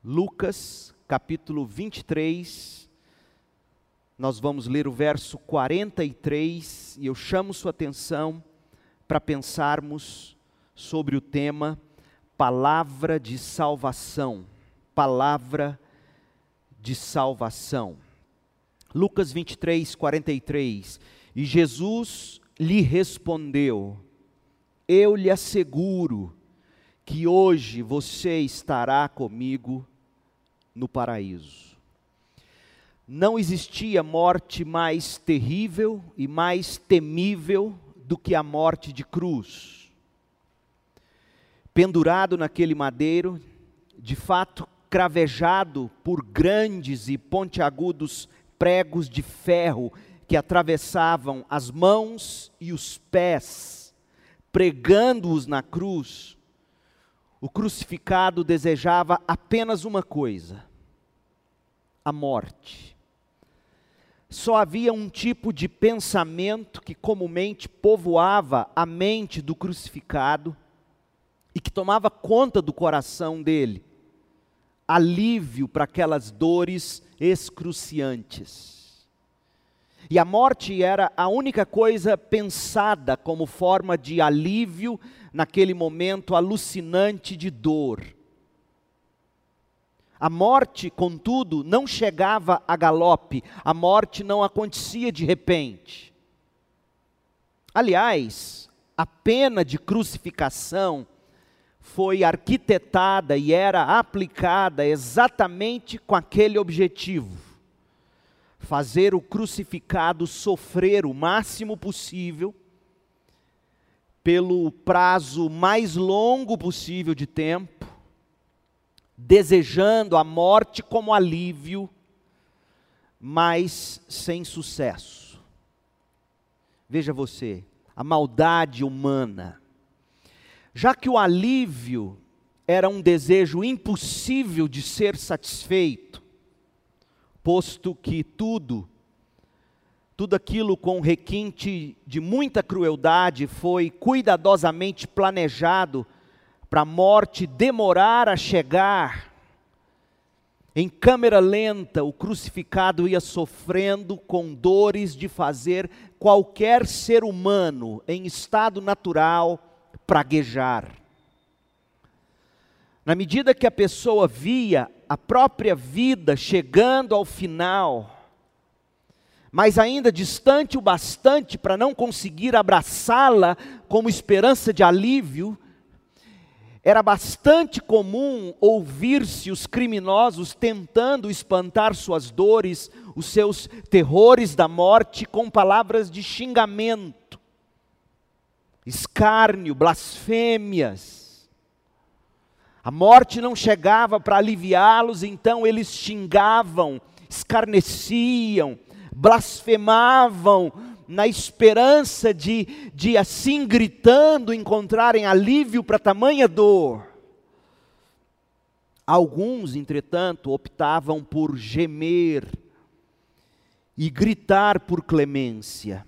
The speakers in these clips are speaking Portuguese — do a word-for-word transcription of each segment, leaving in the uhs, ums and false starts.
Lucas, capítulo vinte e três, nós vamos ler o verso quarenta e três, e eu chamo sua atenção para pensarmos sobre o tema Palavra de Salvação. Palavra de Salvação. Lucas vinte e três, quarenta e três, e Jesus lhe respondeu: eu lhe asseguro que hoje você estará comigo no paraíso. Não existia morte mais terrível e mais temível do que a morte de cruz. Pendurado naquele madeiro, de fato cravejado por grandes e pontiagudos pregos de ferro que atravessavam as mãos e os pés, pregando-os na cruz, o crucificado desejava apenas uma coisa: a morte. Só havia um tipo de pensamento que comumente povoava a mente do crucificado e que tomava conta do coração dele: alívio para aquelas dores excruciantes. E a morte era a única coisa pensada como forma de alívio naquele momento alucinante de dor. A morte, contudo, não chegava a galope, a morte não acontecia de repente. Aliás, a pena de crucificação foi arquitetada e era aplicada exatamente com aquele objetivo: fazer o crucificado sofrer o máximo possível, pelo prazo mais longo possível de tempo, desejando a morte como alívio, mas sem sucesso. Veja você, a maldade humana. Já que o alívio era um desejo impossível de ser satisfeito, posto que tudo, tudo aquilo com requinte de muita crueldade foi cuidadosamente planejado para a morte demorar a chegar, em câmera lenta o crucificado ia sofrendo com dores de fazer qualquer ser humano em estado natural praguejar. Na medida que a pessoa via a própria vida chegando ao final, mas ainda distante o bastante para não conseguir abraçá-la como esperança de alívio, era bastante comum ouvir-se os criminosos tentando espantar suas dores, os seus terrores da morte, com palavras de xingamento, escárnio, blasfêmias. A morte não chegava para aliviá-los, então eles xingavam, escarneciam, blasfemavam, na esperança de, de assim gritando, encontrarem alívio para tamanha dor. Alguns, entretanto, optavam por gemer e gritar por clemência.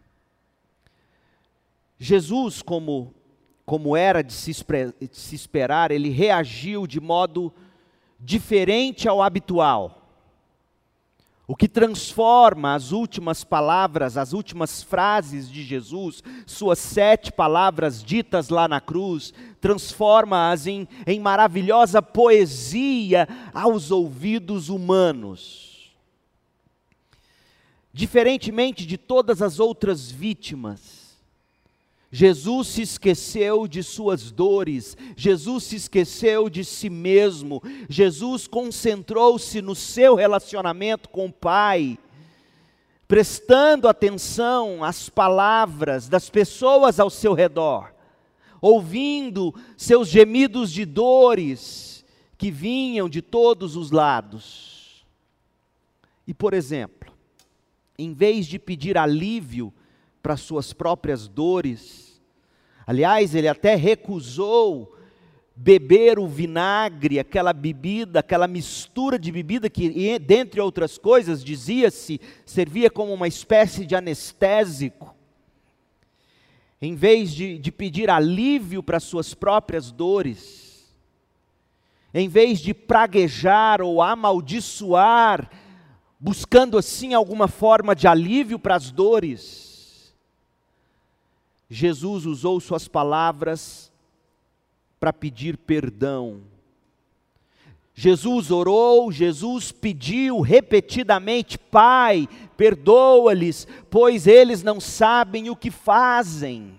Jesus, como, como era de se, de se esperar, ele reagiu de modo diferente ao habitual. O que transforma as últimas palavras, as últimas frases de Jesus, suas sete palavras ditas lá na cruz, transforma-as em, em maravilhosa poesia aos ouvidos humanos. Diferentemente de todas as outras vítimas, Jesus se esqueceu de suas dores, Jesus se esqueceu de si mesmo, Jesus concentrou-se no seu relacionamento com o Pai, prestando atenção às palavras das pessoas ao seu redor, ouvindo seus gemidos de dores que vinham de todos os lados. E, por exemplo, em vez de pedir alívio para suas próprias dores, aliás, ele até recusou beber o vinagre, aquela bebida, aquela mistura de bebida que, dentre outras coisas, dizia-se, servia como uma espécie de anestésico. Em vez de, de pedir alívio para suas próprias dores, em vez de praguejar ou amaldiçoar, buscando assim alguma forma de alívio para as dores, Jesus usou suas palavras para pedir perdão. Jesus orou, Jesus pediu repetidamente: Pai, perdoa-lhes, pois eles não sabem o que fazem.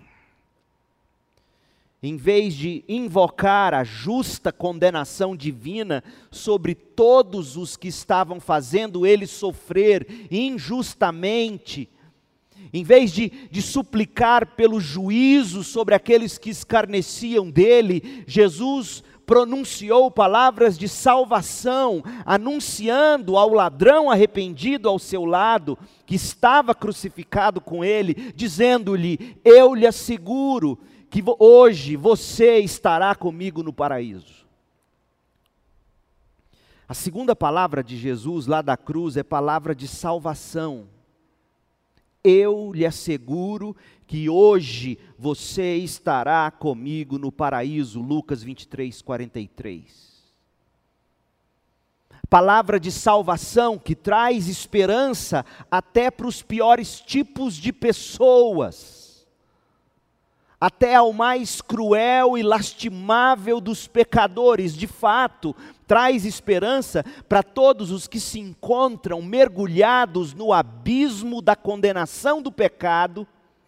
Em vez de invocar a justa condenação divina sobre todos os que estavam fazendo ele sofrer injustamente, em vez de, de suplicar pelo juízo sobre aqueles que escarneciam dele, Jesus pronunciou palavras de salvação, anunciando ao ladrão arrependido ao seu lado, que estava crucificado com ele, dizendo-lhe: eu lhe asseguro que hoje você estará comigo no paraíso. A segunda palavra de Jesus lá da cruz é palavra de salvação. Eu lhe asseguro que hoje você estará comigo no paraíso. Lucas vinte e três, quarenta e três. Palavra de salvação que traz esperança até para os piores tipos de pessoas. Até ao mais cruel e lastimável dos pecadores. De fato, traz esperança para todos os que se encontram mergulhados no abismo da condenação do pecado,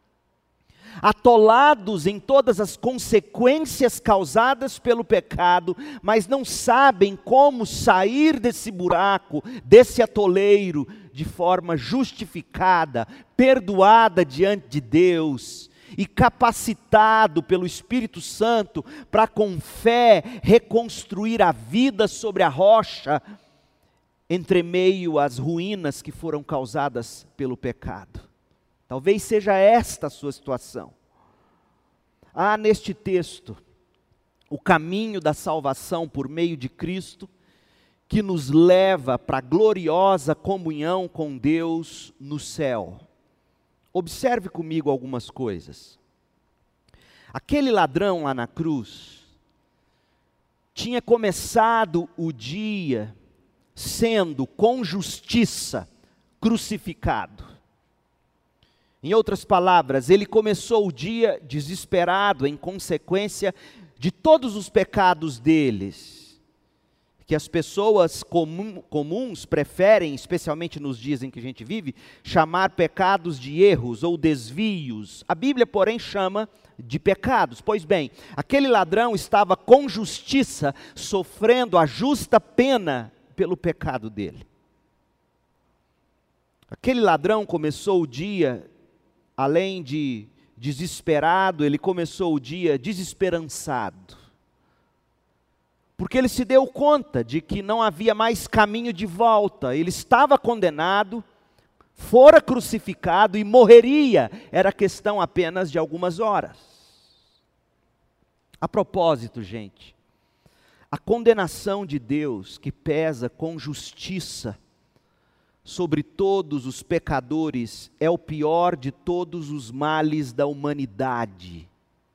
atolados em todas as consequências causadas pelo pecado, mas não sabem como sair desse buraco, desse atoleiro, de forma justificada, perdoada diante de Deus, e capacitado pelo Espírito Santo para com fé reconstruir a vida sobre a rocha, entre meio às ruínas que foram causadas pelo pecado. Talvez seja esta a sua situação. Há neste texto o caminho da salvação por meio de Cristo, que nos leva para a gloriosa comunhão com Deus no céu. Observe comigo algumas coisas. Aquele ladrão lá na cruz tinha começado o dia sendo com justiça crucificado. Em outras palavras, ele começou o dia desesperado em consequência de todos os pecados deles, que as pessoas comum, comuns preferem, especialmente nos dias em que a gente vive, chamar pecados de erros ou desvios. A Bíblia, porém, chama de pecados. Pois bem, aquele ladrão estava com justiça, sofrendo a justa pena pelo pecado dele. Aquele ladrão começou o dia, além de desesperado, ele começou o dia desesperançado. Porque ele se deu conta de que não havia mais caminho de volta. Ele estava condenado, fora crucificado e morreria. Era questão apenas de algumas horas. A propósito, gente, a condenação de Deus que pesa com justiça sobre todos os pecadores é o pior de todos os males da humanidade.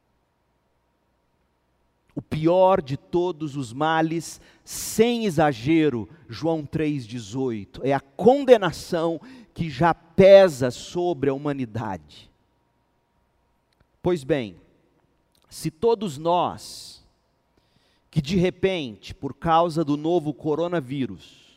O pior de todos os males, sem exagero, João três, dezoito, é a condenação que já pesa sobre a humanidade. Pois bem, se todos nós, que de repente, por causa do novo coronavírus,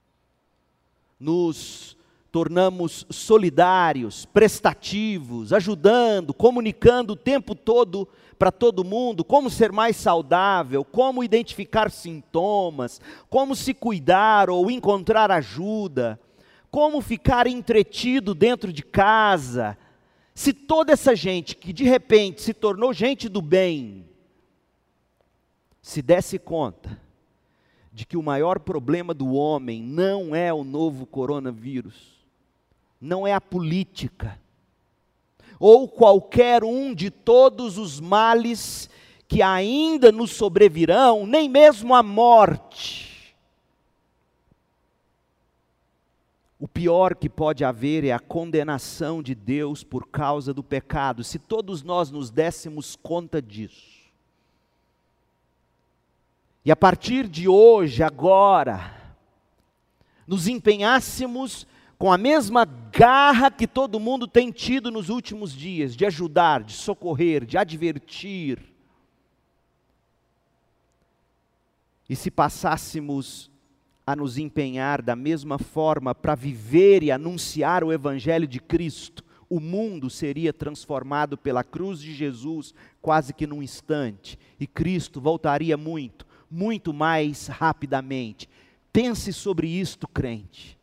nos tornamos solidários, prestativos, ajudando, comunicando o tempo todo para todo mundo, como ser mais saudável, como identificar sintomas, como se cuidar ou encontrar ajuda, como ficar entretido dentro de casa. Se toda essa gente que de repente se tornou gente do bem, se desse conta de que o maior problema do homem não é o novo coronavírus, não é a política, ou qualquer um de todos os males que ainda nos sobrevirão, nem mesmo a morte. O pior que pode haver é a condenação de Deus por causa do pecado. Se todos nós nos dessemos conta disso, e a partir de hoje, agora, nos empenhássemos com a mesma garra que todo mundo tem tido nos últimos dias, de ajudar, de socorrer, de advertir, e se passássemos a nos empenhar da mesma forma para viver e anunciar o Evangelho de Cristo, o mundo seria transformado pela cruz de Jesus quase que num instante, e Cristo voltaria muito, muito mais rapidamente. Pense sobre isto, crente.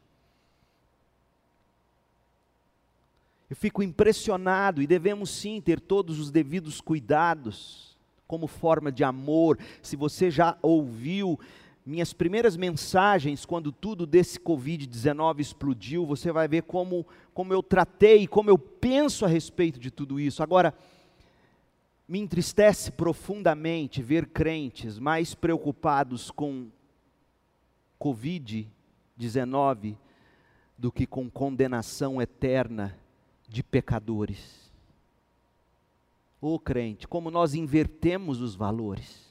Eu fico impressionado, e devemos sim ter todos os devidos cuidados, como forma de amor. Se você já ouviu minhas primeiras mensagens, quando tudo desse covid dezenove explodiu, você vai ver como, como eu tratei, como eu penso a respeito de tudo isso. Agora, me entristece profundamente ver crentes mais preocupados com covid dezenove do que com condenação eterna de pecadores. Ô crente, como nós invertemos os valores.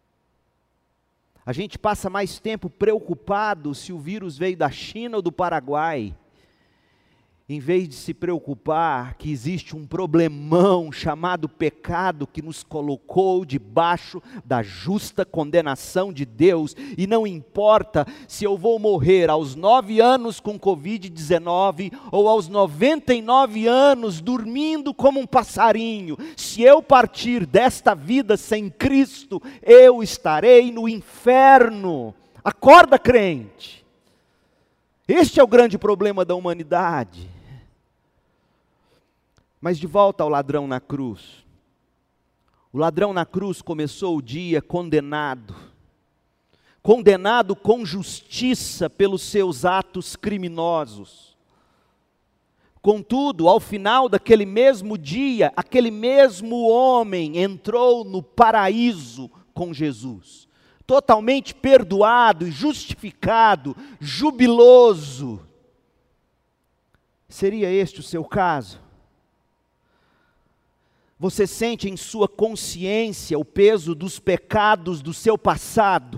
A gente passa mais tempo preocupado se o vírus veio da China ou do Paraguai, em vez de se preocupar que existe um problemão chamado pecado que nos colocou debaixo da justa condenação de Deus, e não importa se eu vou morrer aos nove anos com covid dezenove ou aos noventa e nove anos dormindo como um passarinho, se eu partir desta vida sem Cristo, eu estarei no inferno. Acorda, crente! Este é o grande problema da humanidade. Mas de volta ao ladrão na cruz. O ladrão na cruz começou o dia condenado. Condenado com justiça pelos seus atos criminosos. Contudo, ao final daquele mesmo dia, aquele mesmo homem entrou no paraíso com Jesus. Totalmente perdoado e justificado, jubiloso. Seria este o seu caso? Você sente em sua consciência o peso dos pecados do seu passado?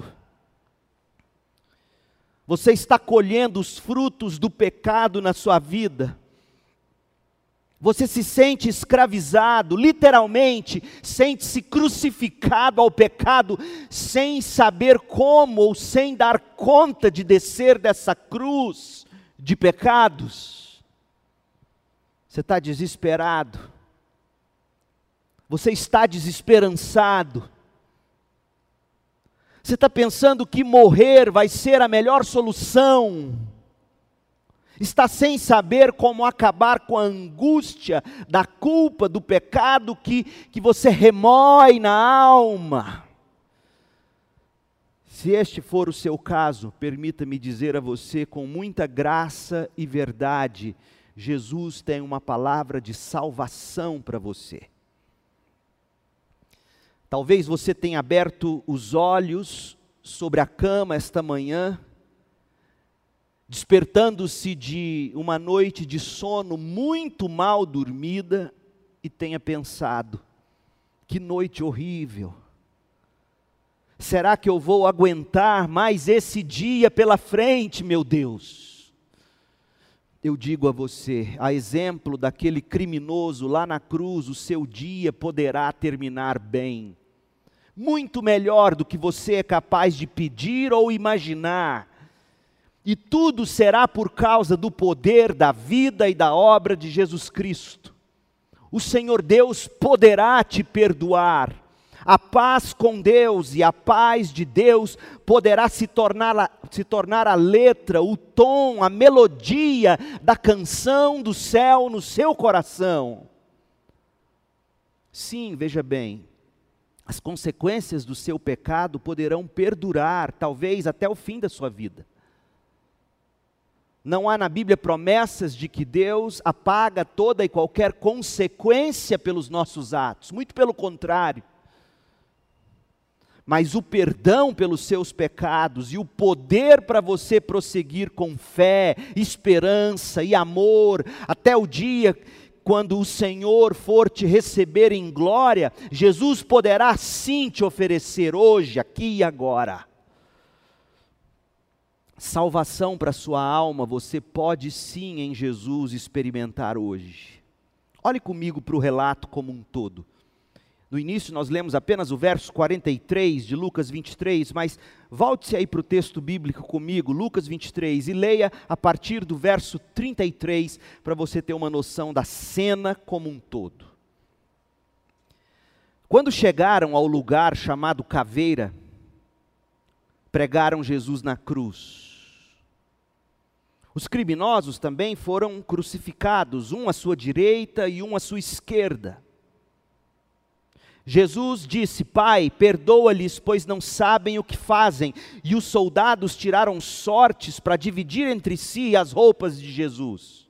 Você está colhendo os frutos do pecado na sua vida? Você se sente escravizado, literalmente, sente-se crucificado ao pecado, sem saber como ou sem dar conta de descer dessa cruz de pecados. Você está desesperado. Você está desesperançado. Você está pensando que morrer vai ser a melhor solução. Está sem saber como acabar com a angústia da culpa, do pecado que, que você remói na alma. Se este for o seu caso, permita-me dizer a você com muita graça e verdade, Jesus tem uma palavra de salvação para você. Talvez você tenha aberto os olhos sobre a cama esta manhã, despertando-se de uma noite de sono muito mal dormida, e tenha pensado, que noite horrível. Será que eu vou aguentar mais esse dia pela frente, meu Deus? Eu digo a você, a exemplo daquele criminoso lá na cruz, o seu dia poderá terminar bem. Muito melhor do que você é capaz de pedir ou imaginar. E tudo será por causa do poder da vida e da obra de Jesus Cristo. O Senhor Deus poderá te perdoar. A paz com Deus e a paz de Deus poderá se tornar, a, se tornar a letra, o tom, a melodia da canção do céu no seu coração. Sim, veja bem, as consequências do seu pecado poderão perdurar, talvez até o fim da sua vida. Não há na Bíblia promessas de que Deus apaga toda e qualquer consequência pelos nossos atos, muito pelo contrário. Mas o perdão pelos seus pecados e o poder para você prosseguir com fé, esperança e amor, até o dia quando o Senhor for te receber em glória, Jesus poderá sim te oferecer hoje, aqui e agora. Salvação para a sua alma, você pode sim em Jesus experimentar hoje. Olhe comigo para o relato como um todo. No início nós lemos apenas o verso quarenta e três de Lucas vinte e três, mas volte-se aí para o texto bíblico comigo, Lucas vinte e três, e leia a partir do verso trinta e três, para você ter uma noção da cena como um todo. Quando chegaram ao lugar chamado Caveira, pregaram Jesus na cruz. Os criminosos também foram crucificados, um à sua direita e um à sua esquerda. Jesus disse: Pai, perdoa-lhes, pois não sabem o que fazem. E os soldados tiraram sortes para dividir entre si as roupas de Jesus.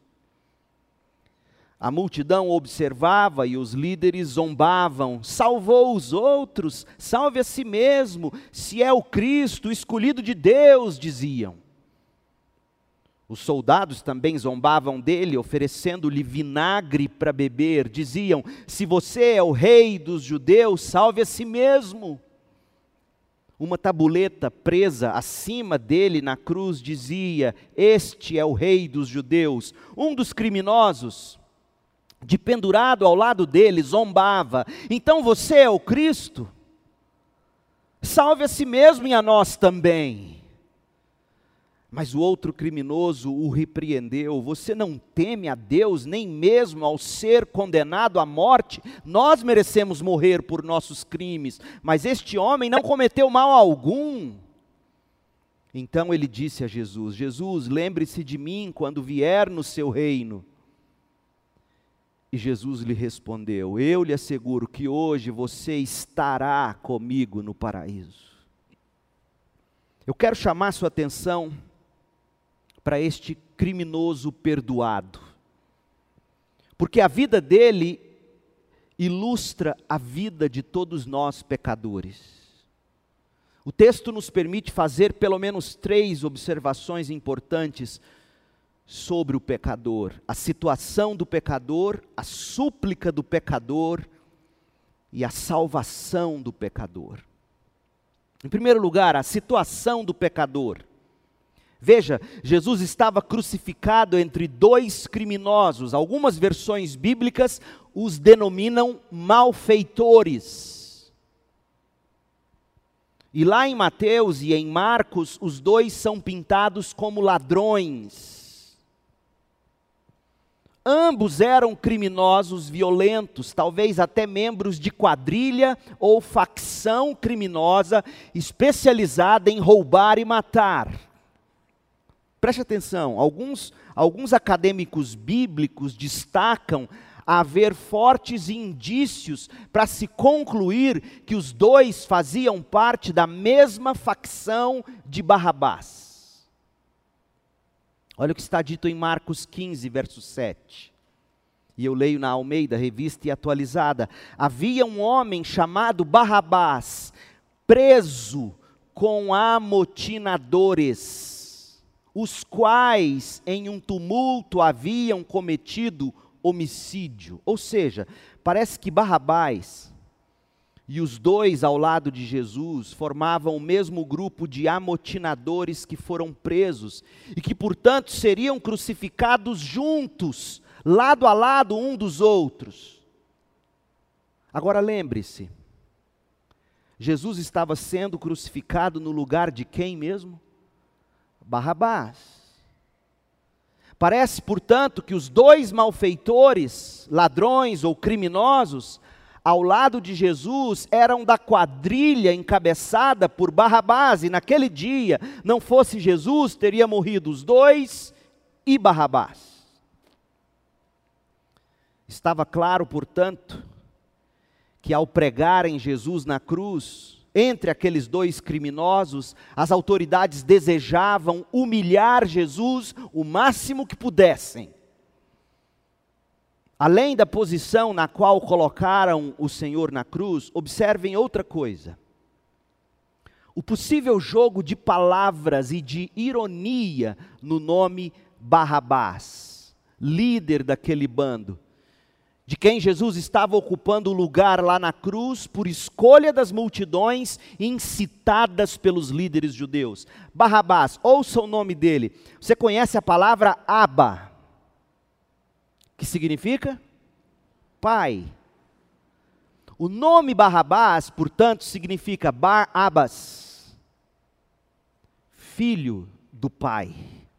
A multidão observava e os líderes zombavam: salvou os outros, salve a si mesmo, se é o Cristo, o escolhido de Deus, diziam. Os soldados também zombavam dele, oferecendo-lhe vinagre para beber. Diziam: se você é o rei dos judeus, salve a si mesmo. Uma tabuleta presa acima dele na cruz dizia: este é o rei dos judeus. Um dos criminosos, de pendurado ao lado dele, zombava: então você é o Cristo? Salve a si mesmo e a nós também. Mas o outro criminoso o repreendeu: você não teme a Deus, nem mesmo ao ser condenado à morte? Nós merecemos morrer por nossos crimes, mas este homem não cometeu mal algum. Então ele disse a Jesus: Jesus, lembre-se de mim quando vier no seu reino. E Jesus lhe respondeu: eu lhe asseguro que hoje você estará comigo no paraíso. Eu quero chamar sua atenção para este criminoso perdoado, porque a vida dele ilustra a vida de todos nós pecadores. O texto nos permite fazer pelo menos três observações importantes sobre o pecador: a situação do pecador, a súplica do pecador e a salvação do pecador. Em primeiro lugar, a situação do pecador. Veja, Jesus estava crucificado entre dois criminosos. Algumas versões bíblicas os denominam malfeitores. E lá em Mateus e em Marcos, os dois são pintados como ladrões. Ambos eram criminosos violentos, talvez até membros de quadrilha ou facção criminosa especializada em roubar e matar. Preste atenção, alguns, alguns acadêmicos bíblicos destacam haver fortes indícios para se concluir que os dois faziam parte da mesma facção de Barrabás. Olha o que está dito em Marcos quinze, verso sete. E eu leio na Almeida, Revista e Atualizada. Havia um homem chamado Barrabás, preso com amotinadores, os quais em um tumulto haviam cometido homicídio. Ou seja, parece que Barrabás e os dois ao lado de Jesus formavam o mesmo grupo de amotinadores que foram presos e que, portanto, seriam crucificados juntos, lado a lado um dos outros. Agora lembre-se, Jesus estava sendo crucificado no lugar de quem mesmo? Barrabás. Parece, portanto, que os dois malfeitores, ladrões ou criminosos, ao lado de Jesus, eram da quadrilha encabeçada por Barrabás, e naquele dia, não fosse Jesus, teria morrido os dois e Barrabás. Estava claro, portanto, que ao pregarem Jesus na cruz, entre aqueles dois criminosos, as autoridades desejavam humilhar Jesus o máximo que pudessem. Além da posição na qual colocaram o Senhor na cruz, observem outra coisa. O possível jogo de palavras e de ironia no nome Barrabás, líder daquele bando. de quem Jesus estava ocupando o lugar lá na cruz por escolha das multidões incitadas pelos líderes judeus. Barrabás, ouça o nome dele. Você conhece a palavra Abba, que significa pai. O nome Barrabás, portanto, significa Bar-Abas, filho do pai.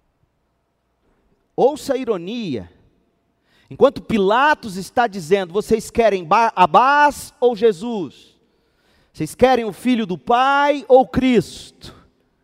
Ouça a ironia. Enquanto Pilatos está dizendo, vocês querem Bar-Abás ou Jesus? Vocês querem o filho do pai ou Cristo?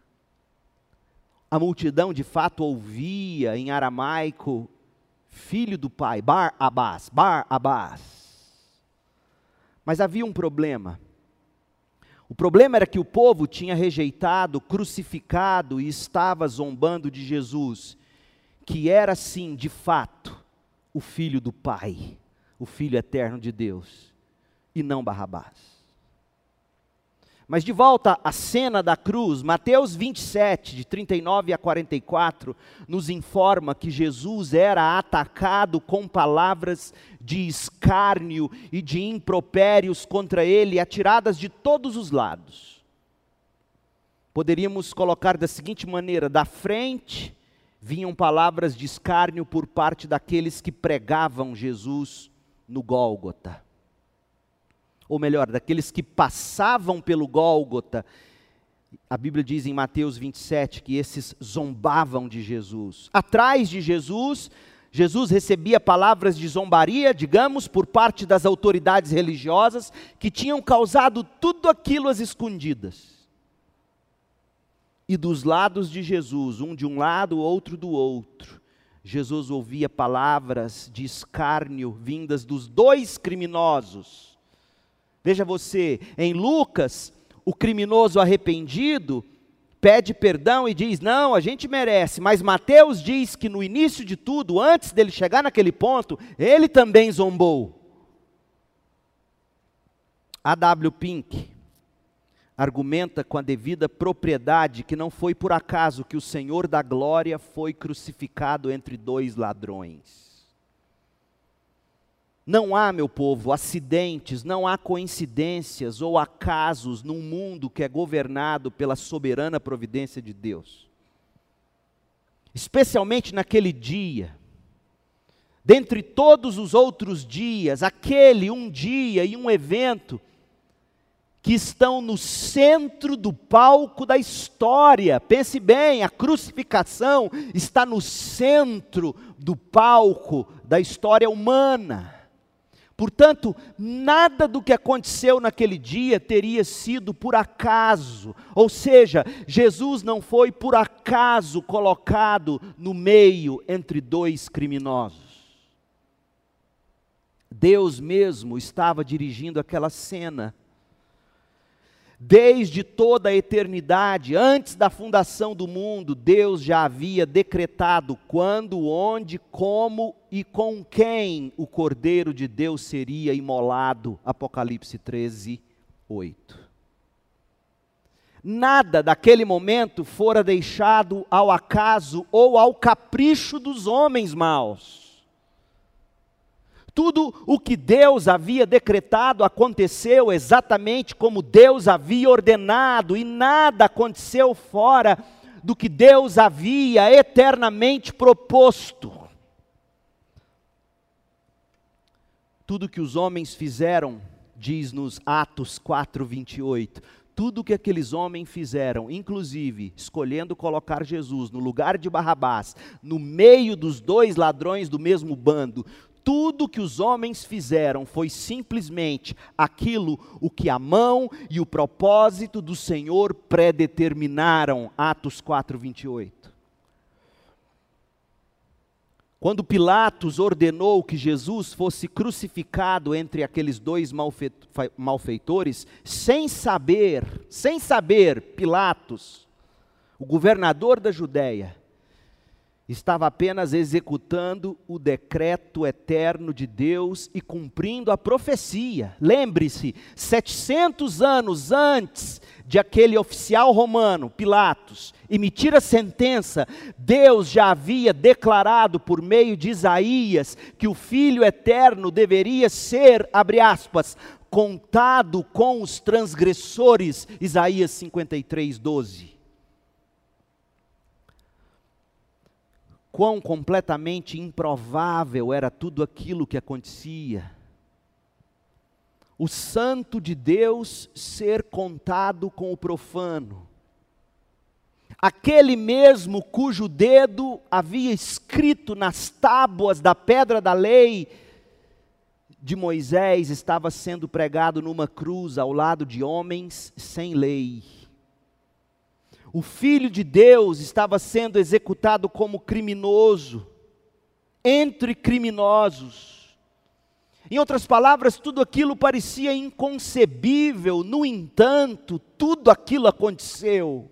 A multidão de fato ouvia em aramaico, filho do pai, Bar-Abás, Bar-Abás. Mas havia um problema. O problema era que o povo tinha rejeitado, crucificado e estava zombando de Jesus, que era sim, de fato, o Filho do Pai, o Filho eterno de Deus, e não Barrabás. Mas de volta à cena da cruz, Mateus vinte e sete, de trinta e nove a quarenta e quatro, nos informa que Jesus era atacado com palavras de escárnio e de impropérios contra ele, atiradas de todos os lados. Poderíamos colocar da seguinte maneira: da frente vinham palavras de escárnio por parte daqueles que pregavam Jesus no Gólgota. Ou melhor, daqueles que passavam pelo Gólgota. A Bíblia diz em Mateus vinte e sete que esses zombavam de Jesus. Atrás de Jesus, Jesus recebia palavras de zombaria, digamos, por parte das autoridades religiosas que tinham causado tudo aquilo às escondidas. E dos lados de Jesus, um de um lado, outro do outro, Jesus ouvia palavras de escárnio vindas dos dois criminosos. Veja você, em Lucas, o criminoso arrependido pede perdão e diz, não, a gente merece. Mas Mateus diz que no início de tudo, antes dele chegar naquele ponto, ele também zombou. A W Pink argumenta com a devida propriedade que não foi por acaso que o Senhor da glória foi crucificado entre dois ladrões. Não há, meu povo, acidentes, não há coincidências ou acasos num mundo que é governado pela soberana providência de Deus. Especialmente naquele dia, dentre todos os outros dias, aquele um dia e um evento que estão no centro do palco da história. Pense bem, a crucificação está no centro do palco da história humana. Portanto, nada do que aconteceu naquele dia teria sido por acaso. Ou seja, Jesus não foi por acaso colocado no meio entre dois criminosos. Deus mesmo estava dirigindo aquela cena. Desde toda a eternidade, antes da fundação do mundo, Deus já havia decretado quando, onde, como e com quem o Cordeiro de Deus seria imolado. Apocalipse treze, oito. Nada daquele momento fora deixado ao acaso ou ao capricho dos homens maus. Tudo o que Deus havia decretado aconteceu exatamente como Deus havia ordenado, e nada aconteceu fora do que Deus havia eternamente proposto. Tudo que os homens fizeram, diz-nos Atos quatro, vinte e oito, tudo que aqueles homens fizeram, inclusive escolhendo colocar Jesus no lugar de Barrabás, no meio dos dois ladrões do mesmo bando, tudo que os homens fizeram foi simplesmente aquilo o que a mão e o propósito do Senhor predeterminaram. Atos quatro, vinte e oito. Quando Pilatos ordenou que Jesus fosse crucificado entre aqueles dois malfeitores, sem saber, sem saber, Pilatos, o governador da Judéia, estava apenas executando o decreto eterno de Deus e cumprindo a profecia. Lembre-se, setecentos anos antes de aquele oficial romano, Pilatos, emitir a sentença, Deus já havia declarado por meio de Isaías que o Filho eterno deveria ser, abre aspas, contado com os transgressores, Isaías cinquenta e três, doze. Quão completamente improvável era tudo aquilo que acontecia. O santo de Deus ser contado com o profano. Aquele mesmo cujo dedo havia escrito nas tábuas da pedra da lei de Moisés estava sendo pregado numa cruz ao lado de homens sem lei. O Filho de Deus estava sendo executado como criminoso, entre criminosos. Em outras palavras, tudo aquilo parecia inconcebível, no entanto, tudo aquilo aconteceu.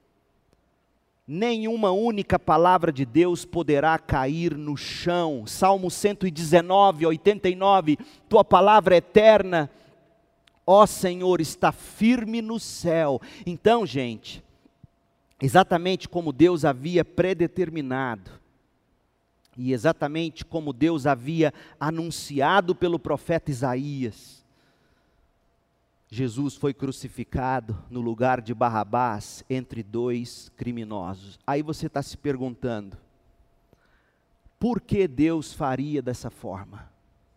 Nenhuma única palavra de Deus poderá cair no chão. Salmo cento e dezenove, oitenta e nove, tua palavra eterna, ó Senhor, está firme no céu. Então, gente, exatamente como Deus havia predeterminado, e exatamente como Deus havia anunciado pelo profeta Isaías, Jesus foi crucificado no lugar de Barrabás, entre dois criminosos. Aí você está se perguntando, por que Deus faria dessa forma?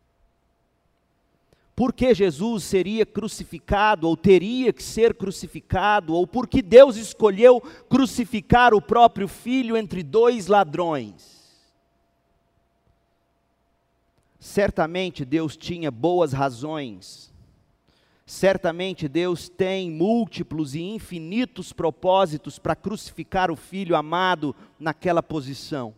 Por que Jesus seria crucificado, ou teria que ser crucificado, ou por que Deus escolheu crucificar o próprio Filho entre dois ladrões? Certamente Deus tinha boas razões, certamente Deus tem múltiplos e infinitos propósitos para crucificar o Filho amado naquela posição.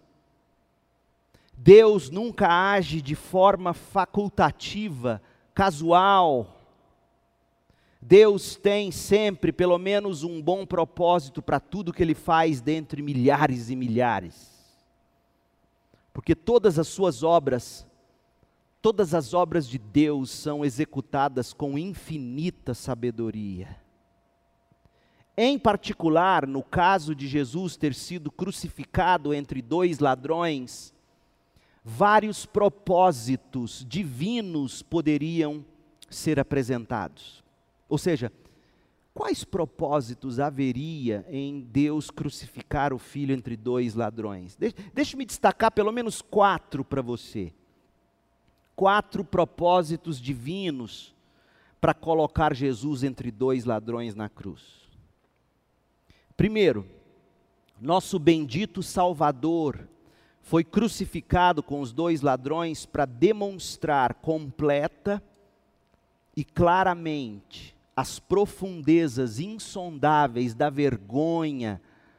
Deus nunca age de forma facultativa, casual. Deus tem sempre pelo menos um bom propósito para tudo que Ele faz dentre milhares e milhares. Porque todas as suas obras, todas as obras de Deus são executadas com infinita sabedoria. Em particular, no caso de Jesus ter sido crucificado entre dois ladrões, vários propósitos divinos poderiam ser apresentados. Ou seja, quais propósitos haveria em Deus crucificar o Filho entre dois ladrões? Deixa, deixa-me destacar pelo menos quatro para você. Quatro propósitos divinos para colocar Jesus entre dois ladrões na cruz. Primeiro, nosso bendito Salvador foi crucificado com os dois ladrões para demonstrar completa e claramente as profundezas insondáveis da vergonha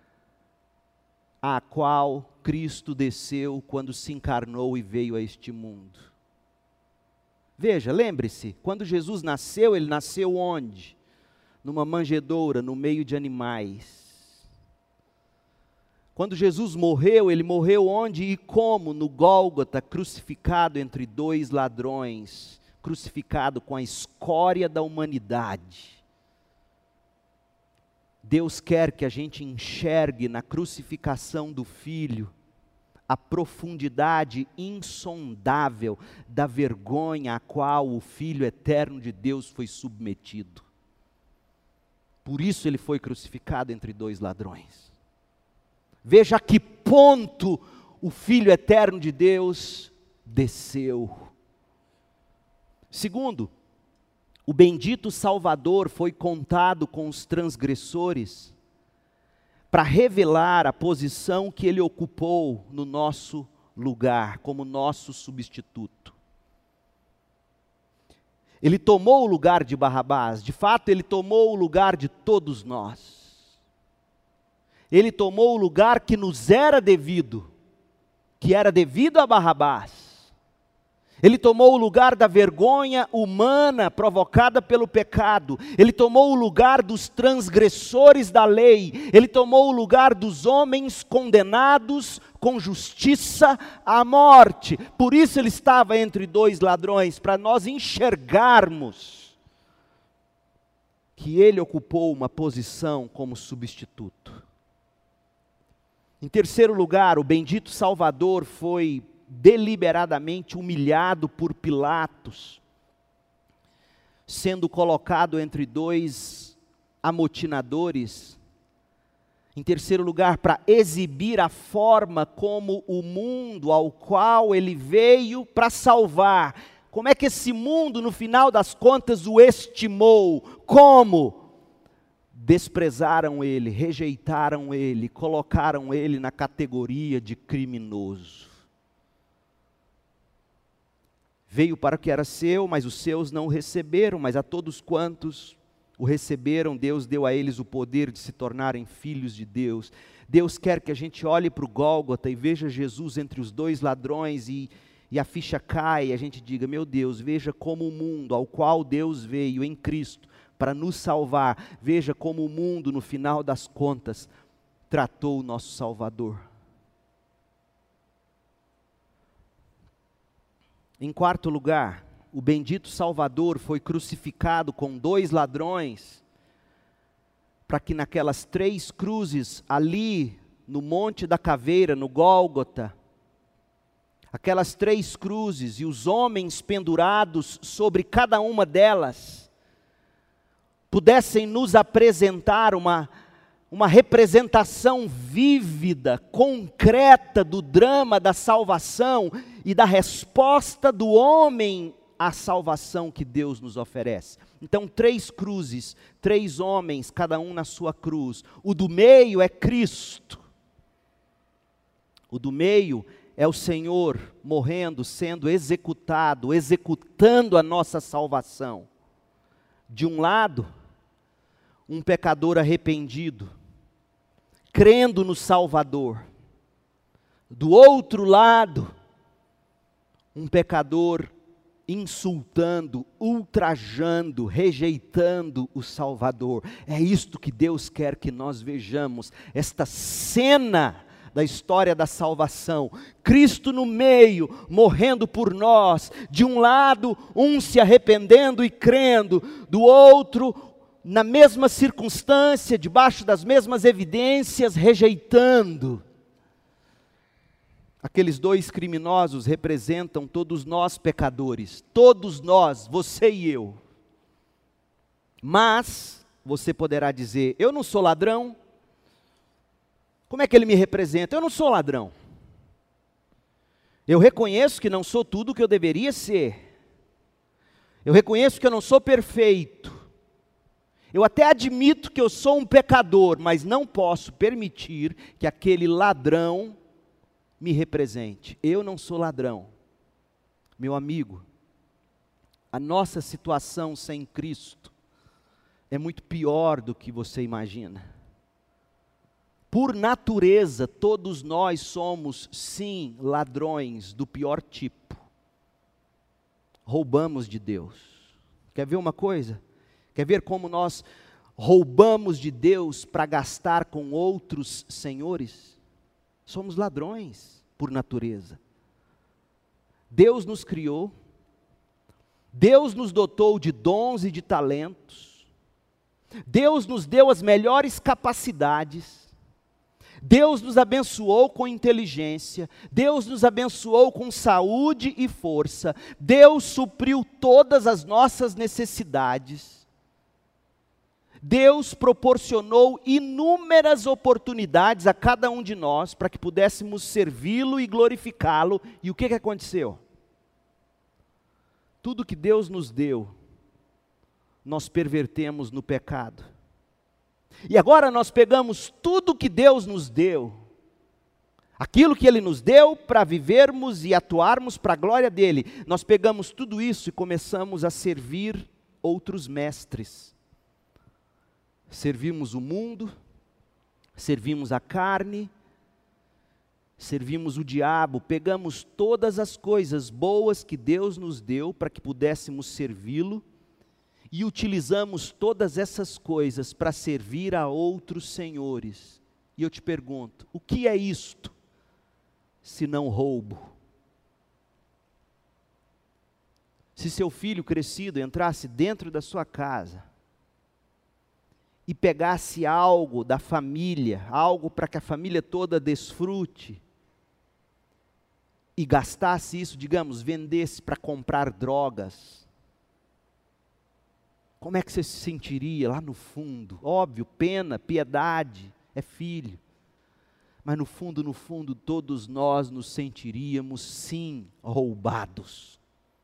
a qual Cristo desceu quando se encarnou e veio a este mundo. Veja, lembre-se, quando Jesus nasceu, Ele nasceu onde? Numa manjedoura, no meio de animais. Quando Jesus morreu, Ele morreu onde e como? No Gólgota, crucificado entre dois ladrões, crucificado com a escória da humanidade. Deus quer que a gente enxergue na crucificação do Filho a profundidade insondável da vergonha a qual o Filho eterno de Deus foi submetido. Por isso Ele foi crucificado entre dois ladrões. Veja a que ponto o Filho eterno de Deus desceu. Segundo, o bendito Salvador foi contado com os transgressores para revelar a posição que Ele ocupou no nosso lugar, como nosso substituto. Ele tomou o lugar de Barrabás, de fato Ele tomou o lugar de todos nós. Ele tomou o lugar que nos era devido, que era devido a Barrabás. Ele tomou o lugar da vergonha humana provocada pelo pecado. Ele tomou o lugar dos transgressores da lei. Ele tomou o lugar dos homens condenados com justiça à morte. Por isso ele estava entre dois ladrões, para nós enxergarmos que ele ocupou uma posição como substituto. Em terceiro lugar, o bendito Salvador foi deliberadamente humilhado por Pilatos, sendo colocado entre dois amotinadores. Em terceiro lugar, para exibir a forma como o mundo ao qual ele veio para salvar, como é que esse mundo, no final das contas, o estimou? Como? Desprezaram ele, rejeitaram ele, colocaram ele na categoria de criminoso. Veio para o que era seu, mas os seus não o receberam, mas a todos quantos o receberam, Deus deu a eles o poder de se tornarem filhos de Deus. Deus quer que a gente olhe para o Gólgota e veja Jesus entre os dois ladrões e, e a ficha cai, e a gente diga, meu Deus, veja como o mundo ao qual Deus veio em Cristo para nos salvar, veja como o mundo no final das contas tratou o nosso Salvador. Em quarto lugar, o bendito Salvador foi crucificado com dois ladrões, para que naquelas três cruzes, ali no Monte da Caveira, no Gólgota, aquelas três cruzes e os homens pendurados sobre cada uma delas, pudessem nos apresentar uma, uma representação vívida, concreta do drama da salvação e da resposta do homem à salvação que Deus nos oferece. Então, três cruzes, três homens, cada um na sua cruz. O do meio é Cristo. O do meio é o Senhor morrendo, sendo executado, executando a nossa salvação. De um lado, um pecador arrependido, crendo no Salvador. Do outro lado, um pecador insultando, ultrajando, rejeitando o Salvador. É isto que Deus quer que nós vejamos, esta cena da história da salvação. Cristo no meio, morrendo por nós. De um lado, um se arrependendo e crendo. Do outro, na mesma circunstância, debaixo das mesmas evidências, rejeitando. Aqueles dois criminosos representam todos nós pecadores, todos nós, você e eu. Mas, você poderá dizer, eu não sou ladrão. Como é que ele me representa? Eu não sou ladrão. Eu reconheço que não sou tudo o que eu deveria ser. Eu reconheço que eu não sou perfeito. Eu até admito que eu sou um pecador, mas não posso permitir que aquele ladrão me represente. Eu não sou ladrão. Meu amigo, a nossa situação sem Cristo é muito pior do que você imagina. Por natureza, todos nós somos, sim, ladrões do pior tipo. Roubamos de Deus. Quer ver uma coisa? Quer ver como nós roubamos de Deus para gastar com outros senhores? Somos ladrões por natureza. Deus nos criou, Deus nos dotou de dons e de talentos, Deus nos deu as melhores capacidades, Deus nos abençoou com inteligência, Deus nos abençoou com saúde e força, Deus supriu todas as nossas necessidades. Deus proporcionou inúmeras oportunidades a cada um de nós para que pudéssemos servi-lo e glorificá-lo. E o que, que aconteceu? Tudo que Deus nos deu, nós pervertemos no pecado. E agora nós pegamos tudo que Deus nos deu, aquilo que Ele nos deu para vivermos e atuarmos para a glória dEle, nós pegamos tudo isso e começamos a servir outros mestres. Servimos o mundo, servimos a carne, servimos o diabo, pegamos todas as coisas boas que Deus nos deu para que pudéssemos servi-lo, e utilizamos todas essas coisas para servir a outros senhores. E eu te pergunto, o que é isto, se não roubo? Se seu filho crescido entrasse dentro da sua casa e pegasse algo da família, algo para que a família toda desfrute, e gastasse isso, digamos, vendesse para comprar drogas, como é que você se sentiria lá no fundo? Óbvio, pena, piedade, é filho. Mas no fundo, no fundo, todos nós nos sentiríamos, sim, roubados.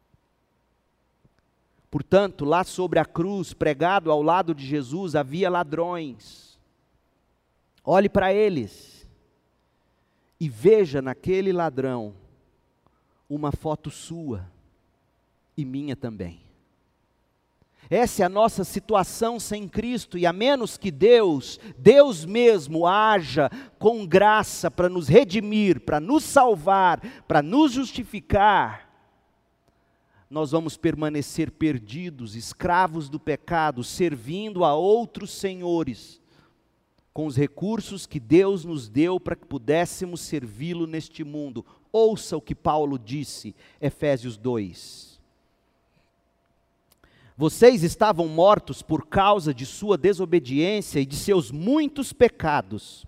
Portanto, lá sobre a cruz, pregado ao lado de Jesus, havia ladrões. Olhe para eles e veja naquele ladrão uma foto sua e minha também. Essa é a nossa situação sem Cristo, e a menos que Deus, Deus mesmo haja com graça para nos redimir, para nos salvar, para nos justificar, nós vamos permanecer perdidos, escravos do pecado, servindo a outros senhores, com os recursos que Deus nos deu para que pudéssemos servi-lo neste mundo. Ouça o que Paulo disse, Efésios dois. Vocês estavam mortos por causa de sua desobediência e de seus muitos pecados,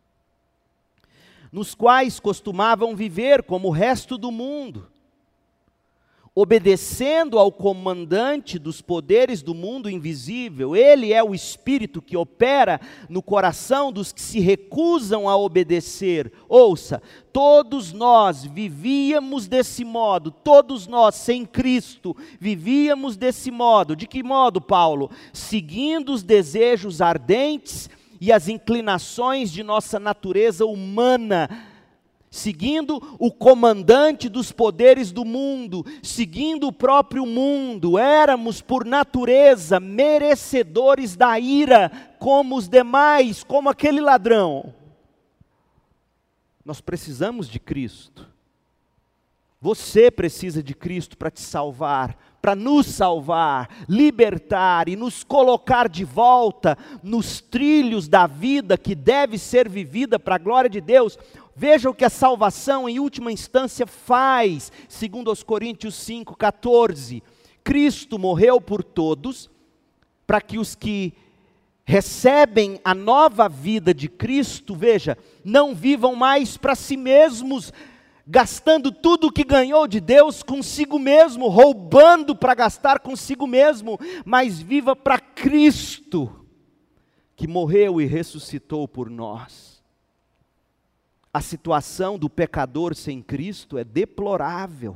nos quais costumavam viver como o resto do mundo, obedecendo ao comandante dos poderes do mundo invisível. Ele é o Espírito que opera no coração dos que se recusam a obedecer. Ouça, todos nós vivíamos desse modo, todos nós sem Cristo vivíamos desse modo. De que modo, Paulo? Seguindo os desejos ardentes e as inclinações de nossa natureza humana, seguindo o comandante dos poderes do mundo, seguindo o próprio mundo. Éramos por natureza merecedores da ira, como os demais, como aquele ladrão. Nós precisamos de Cristo. Você precisa de Cristo para te salvar, para nos salvar, libertar e nos colocar de volta nos trilhos da vida que deve ser vivida para a glória de Deus. Veja o que a salvação em última instância faz, segundo aos Coríntios cinco, quatorze. Cristo morreu por todos, para que os que recebem a nova vida de Cristo, veja, não vivam mais para si mesmos, gastando tudo o que ganhou de Deus consigo mesmo, roubando para gastar consigo mesmo, mas viva para Cristo, que morreu e ressuscitou por nós. A situação do pecador sem Cristo é deplorável.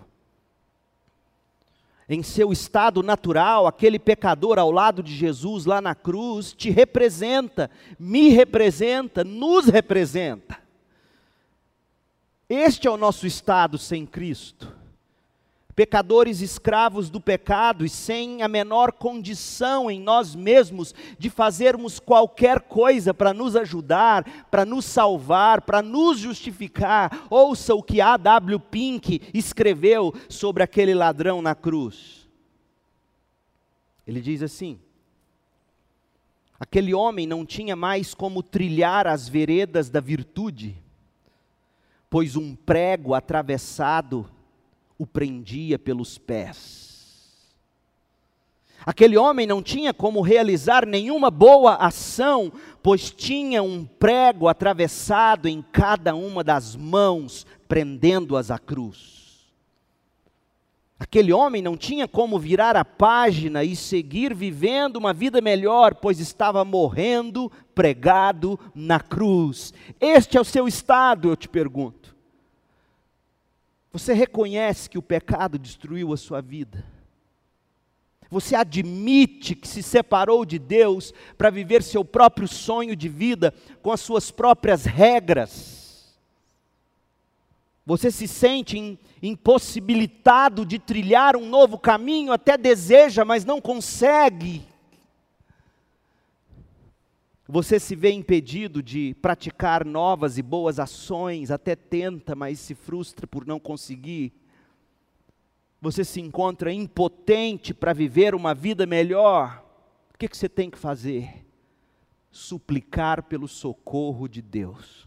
Em seu estado natural, aquele pecador ao lado de Jesus lá na cruz te representa, me representa, nos representa. Este é o nosso estado sem Cristo. Pecadores escravos do pecado e sem a menor condição em nós mesmos de fazermos qualquer coisa para nos ajudar, para nos salvar, para nos justificar. Ouça o que A W Pink escreveu sobre aquele ladrão na cruz. Ele diz assim: aquele homem não tinha mais como trilhar as veredas da virtude, pois um prego atravessado o prendia pelos pés. Aquele homem não tinha como realizar nenhuma boa ação, pois tinha um prego atravessado em cada uma das mãos, prendendo-as à cruz. Aquele homem não tinha como virar a página e seguir vivendo uma vida melhor, pois estava morrendo pregado na cruz. Este é o seu estado, eu te pergunto. Você reconhece que o pecado destruiu a sua vida? Você admite que se separou de Deus para viver seu próprio sonho de vida com as suas próprias regras? Você se sente impossibilitado de trilhar um novo caminho, até deseja, mas não consegue? você se vê impedido de praticar novas e boas ações, até tenta, mas se frustra por não conseguir. Você se encontra impotente para viver uma vida melhor. O que que você tem que fazer? Suplicar pelo socorro de Deus.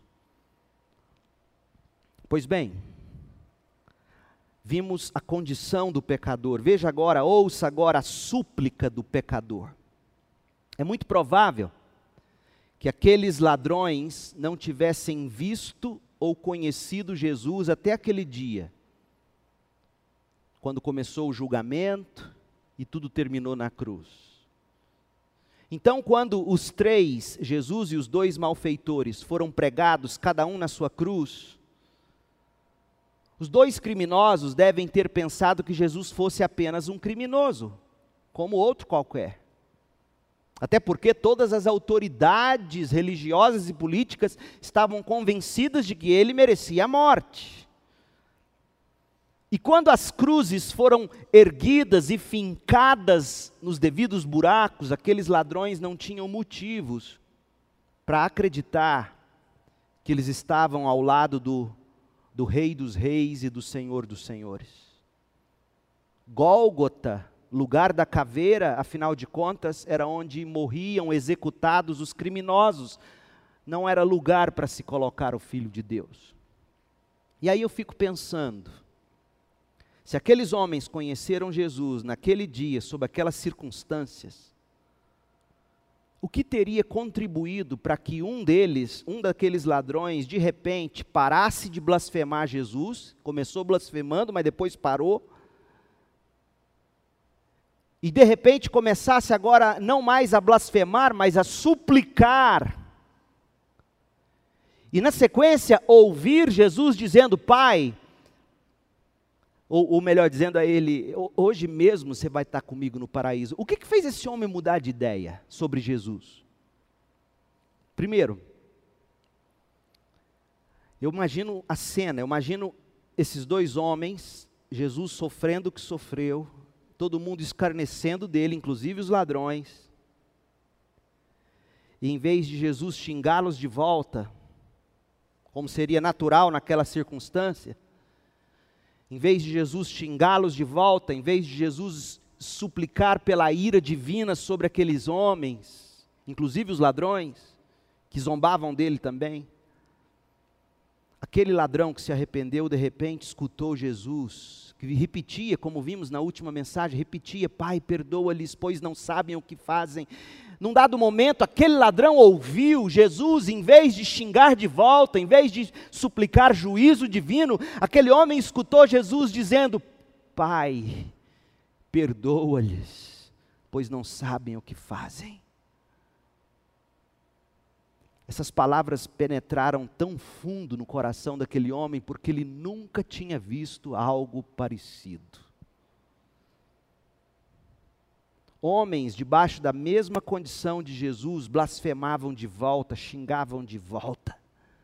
Pois bem, vimos a condição do pecador. Veja agora, ouça agora a súplica do pecador. É muito provável que aqueles ladrões não tivessem visto ou conhecido Jesus até aquele dia, quando começou o julgamento e tudo terminou na cruz. Então, quando os três, Jesus e os dois malfeitores, foram pregados, cada um na sua cruz, os dois criminosos devem ter pensado que Jesus fosse apenas um criminoso, como outro qualquer. Até porque todas as autoridades religiosas e políticas estavam convencidas de que ele merecia a morte. E quando as cruzes foram erguidas e fincadas nos devidos buracos, aqueles ladrões não tinham motivos para acreditar que eles estavam ao lado do, do Rei dos Reis e do Senhor dos Senhores. Gólgota, lugar da caveira, afinal de contas, era onde morriam executados os criminosos. Não era lugar para se colocar o Filho de Deus. E aí eu fico pensando, se aqueles homens conheceram Jesus naquele dia, sob aquelas circunstâncias, o que teria contribuído para que um deles, um daqueles ladrões, de repente parasse de blasfemar Jesus, começou blasfemando, mas depois parou, e de repente começasse agora não mais a blasfemar, mas a suplicar. E na sequência ouvir Jesus dizendo: Pai, ou, ou melhor dizendo a ele, hoje mesmo você vai estar comigo no paraíso. O que, que fez esse homem mudar de ideia sobre Jesus? Primeiro, eu imagino a cena, eu imagino esses dois homens, Jesus sofrendo o que sofreu, todo mundo escarnecendo dele, inclusive os ladrões. E em vez de Jesus xingá-los de volta, como seria natural naquela circunstância, em vez de Jesus xingá-los de volta, em vez de Jesus suplicar pela ira divina sobre aqueles homens, inclusive os ladrões, que zombavam dele também, aquele ladrão que se arrependeu, de repente escutou Jesus, que repetia, como vimos na última mensagem, repetia: Pai, perdoa-lhes, pois não sabem o que fazem. Num dado momento, aquele ladrão ouviu Jesus, em vez de xingar de volta, em vez de suplicar juízo divino, aquele homem escutou Jesus dizendo: Pai, perdoa-lhes, pois não sabem o que fazem. Essas palavras penetraram tão fundo no coração daquele homem, porque ele nunca tinha visto algo parecido. Homens debaixo da mesma condição de Jesus blasfemavam de volta, xingavam de volta,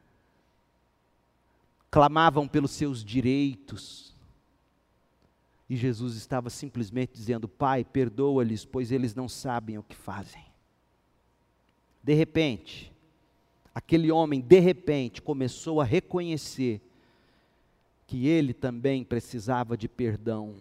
clamavam pelos seus direitos. E Jesus estava simplesmente dizendo: Pai, perdoa-lhes, pois eles não sabem o que fazem. De repente, aquele homem, de repente, começou a reconhecer que ele também precisava de perdão.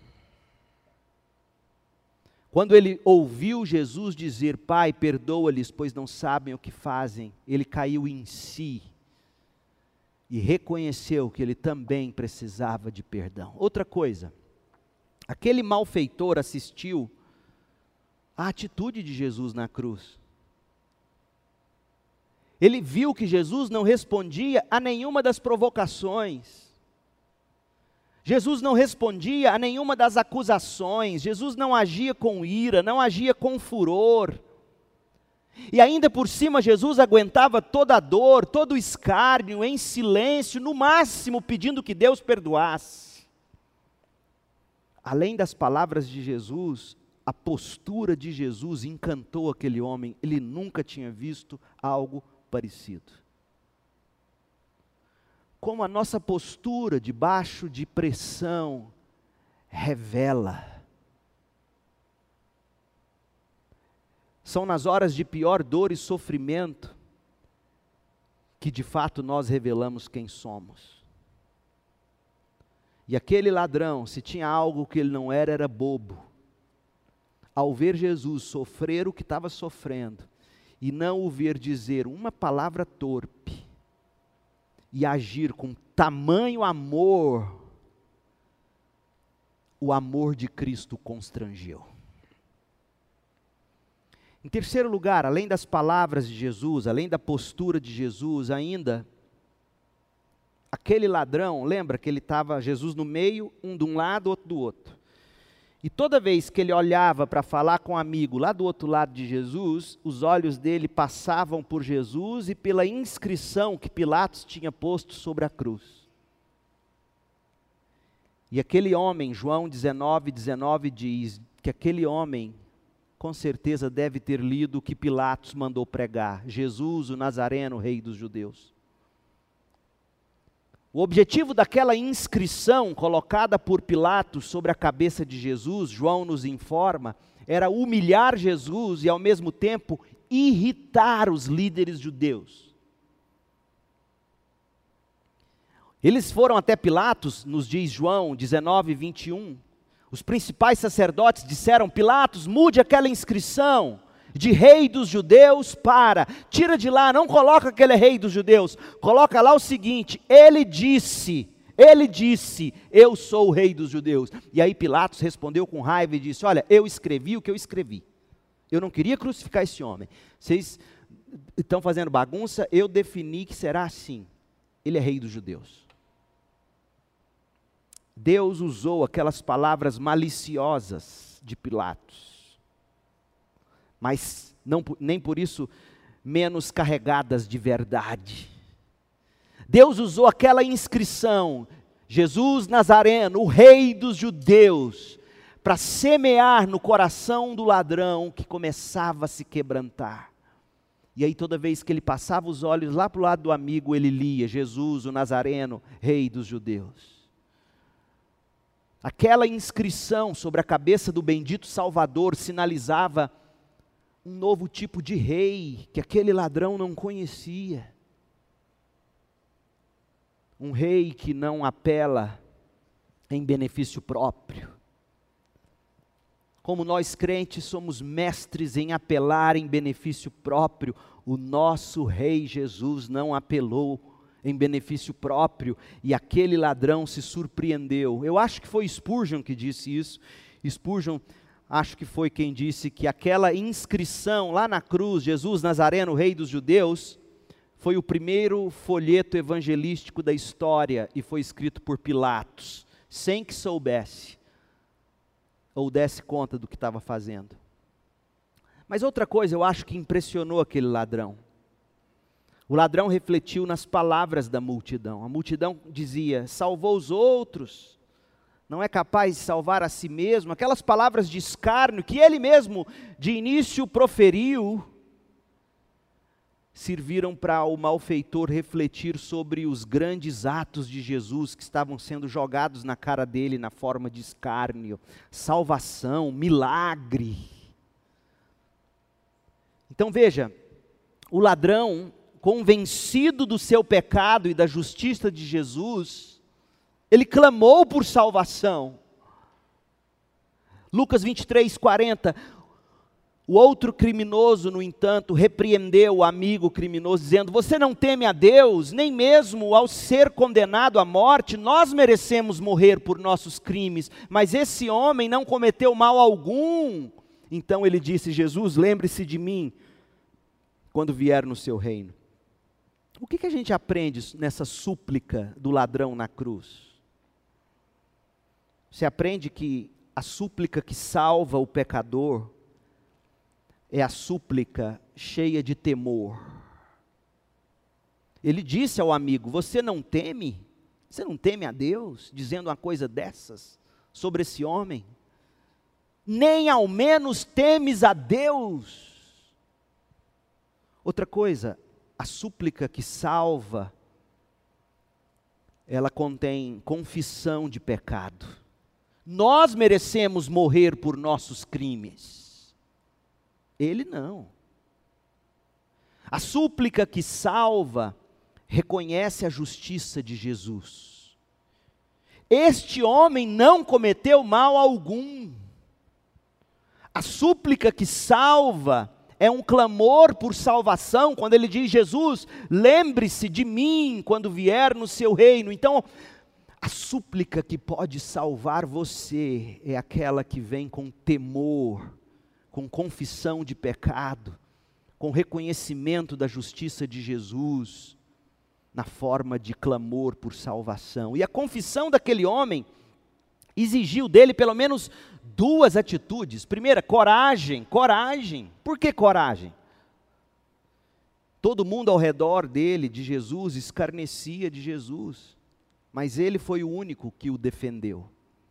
Quando ele ouviu Jesus dizer: Pai, perdoa-lhes, pois não sabem o que fazem, ele caiu em si e reconheceu que ele também precisava de perdão. Outra coisa, aquele malfeitor assistiu à atitude de Jesus na cruz. Ele viu que Jesus não respondia a nenhuma das provocações. Jesus não respondia a nenhuma das acusações. Jesus não agia com ira, não agia com furor. E ainda por cima Jesus aguentava toda a dor, todo o escárnio, em silêncio, no máximo pedindo que Deus perdoasse. Além das palavras de Jesus, a postura de Jesus encantou aquele homem. Ele nunca tinha visto algo parecido. Como a nossa postura debaixo de pressão revela. São nas horas de pior dor e sofrimento que de fato nós revelamos quem somos. E aquele ladrão, se tinha algo que ele não era, era bobo. Ao ver Jesus sofrer o que estava sofrendo, e não o ver dizer uma palavra torpe, e agir com tamanho amor, o amor de Cristo constrangeu. Em terceiro lugar, além das palavras de Jesus, além da postura de Jesus, ainda, aquele ladrão, lembra que ele estava, Jesus no meio, um de um lado, outro do outro. E toda vez que ele olhava para falar com um amigo lá do outro lado de Jesus, os olhos dele passavam por Jesus e pela inscrição que Pilatos tinha posto sobre a cruz. E aquele homem, João dezenove, dezenove diz que aquele homem, com certeza deve ter lido o que Pilatos mandou pregar: Jesus, o Nazareno, rei dos judeus. O objetivo daquela inscrição colocada por Pilatos sobre a cabeça de Jesus, João nos informa, era humilhar Jesus e ao mesmo tempo irritar os líderes judeus. Eles foram até Pilatos, nos diz João dezenove, vinte e um, os principais sacerdotes disseram: Pilatos, mude aquela inscrição de rei dos judeus para, tira de lá, não coloca aquele rei dos judeus, coloca lá o seguinte: ele disse, ele disse, eu sou o rei dos judeus. E aí Pilatos respondeu com raiva e disse: olha, eu escrevi o que eu escrevi, eu não queria crucificar esse homem, vocês estão fazendo bagunça, eu defini que será assim, ele é rei dos judeus. Deus usou aquelas palavras maliciosas de Pilatos, mas não, nem por isso menos carregadas de verdade. Deus usou aquela inscrição, Jesus Nazareno, o rei dos judeus, para semear no coração do ladrão que começava a se quebrantar. E aí toda vez que ele passava os olhos lá para o lado do amigo, ele lia: Jesus, o Nazareno, rei dos judeus. Aquela inscrição sobre a cabeça do bendito Salvador sinalizava um novo tipo de rei que aquele ladrão não conhecia. Um rei que não apela em benefício próprio. Como nós crentes somos mestres em apelar em benefício próprio, o nosso rei Jesus não apelou em benefício próprio, e aquele ladrão se surpreendeu. Eu acho que foi Spurgeon que disse isso. Spurgeon, acho que foi quem disse que aquela inscrição lá na cruz, Jesus Nazareno, rei dos judeus, foi o primeiro folheto evangelístico da história e foi escrito por Pilatos, sem que soubesse ou desse conta do que estava fazendo. Mas outra coisa eu acho que impressionou aquele ladrão. O ladrão refletiu nas palavras da multidão. A multidão dizia: salvou os outros, não é capaz de salvar a si mesmo. Aquelas palavras de escárnio que ele mesmo de início proferiu, serviram para o malfeitor refletir sobre os grandes atos de Jesus que estavam sendo jogados na cara dele na forma de escárnio, salvação, milagre. Então veja, o ladrão, convencido do seu pecado e da justiça de Jesus, ele clamou por salvação. Lucas vinte e três, quarenta, o outro criminoso, no entanto, repreendeu o amigo criminoso, dizendo: você não teme a Deus, nem mesmo ao ser condenado à morte, nós merecemos morrer por nossos crimes, mas esse homem não cometeu mal algum. Então ele disse: Jesus, lembre-se de mim, quando vier no seu reino. O que, que a gente aprende nessa súplica do ladrão na cruz? Você aprende que a súplica que salva o pecador é a súplica cheia de temor. Ele disse ao amigo: você não teme? Você não teme a Deus, dizendo uma coisa dessas sobre esse homem? Nem ao menos temes a Deus. Outra coisa, a súplica que salva, ela contém confissão de pecado. Nós merecemos morrer por nossos crimes. Ele não. A súplica que salva reconhece a justiça de Jesus. Este homem não cometeu mal algum. A súplica que salva é um clamor por salvação, quando ele diz: Jesus, lembre-se de mim quando vier no seu reino. Então, a súplica que pode salvar você é aquela que vem com temor, com confissão de pecado, com reconhecimento da justiça de Jesus, na forma de clamor por salvação. E a confissão daquele homem exigiu dele pelo menos duas atitudes. Primeira, coragem, coragem. Por que coragem? Todo mundo ao redor dele, de Jesus, escarnecia de Jesus, mas ele foi o único que o defendeu.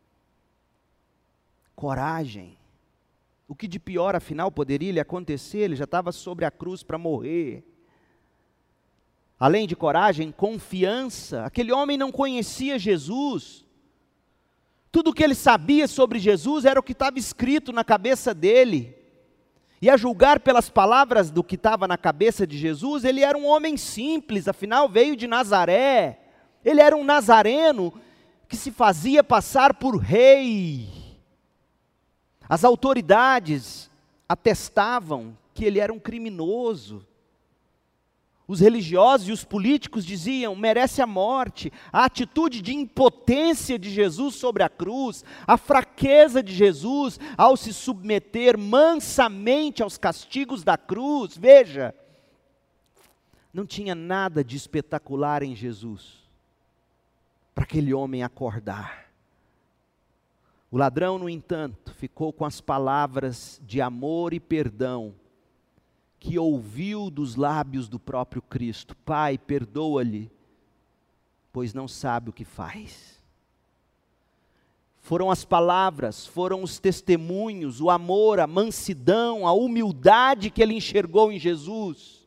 Coragem. O que de pior, afinal, poderia lhe acontecer? Ele já estava sobre a cruz para morrer. Além de coragem, confiança. Aquele homem não conhecia Jesus. Tudo o que ele sabia sobre Jesus era o que estava escrito na cabeça dele. E a julgar pelas palavras do que estava na cabeça de Jesus, ele era um homem simples, afinal veio de Nazaré. Ele era um nazareno que se fazia passar por rei. As autoridades atestavam que ele era um criminoso. Os religiosos e os políticos diziam: merece a morte. A atitude de impotência de Jesus sobre a cruz, a fraqueza de Jesus ao se submeter mansamente aos castigos da cruz, veja, não tinha nada de espetacular em Jesus para aquele homem acordar. O ladrão, no entanto, ficou com as palavras de amor e perdão que ouviu dos lábios do próprio Cristo: Pai, perdoa-lhe, pois não sabe o que faz. Foram as palavras, foram os testemunhos, o amor, a mansidão, a humildade que ele enxergou em Jesus.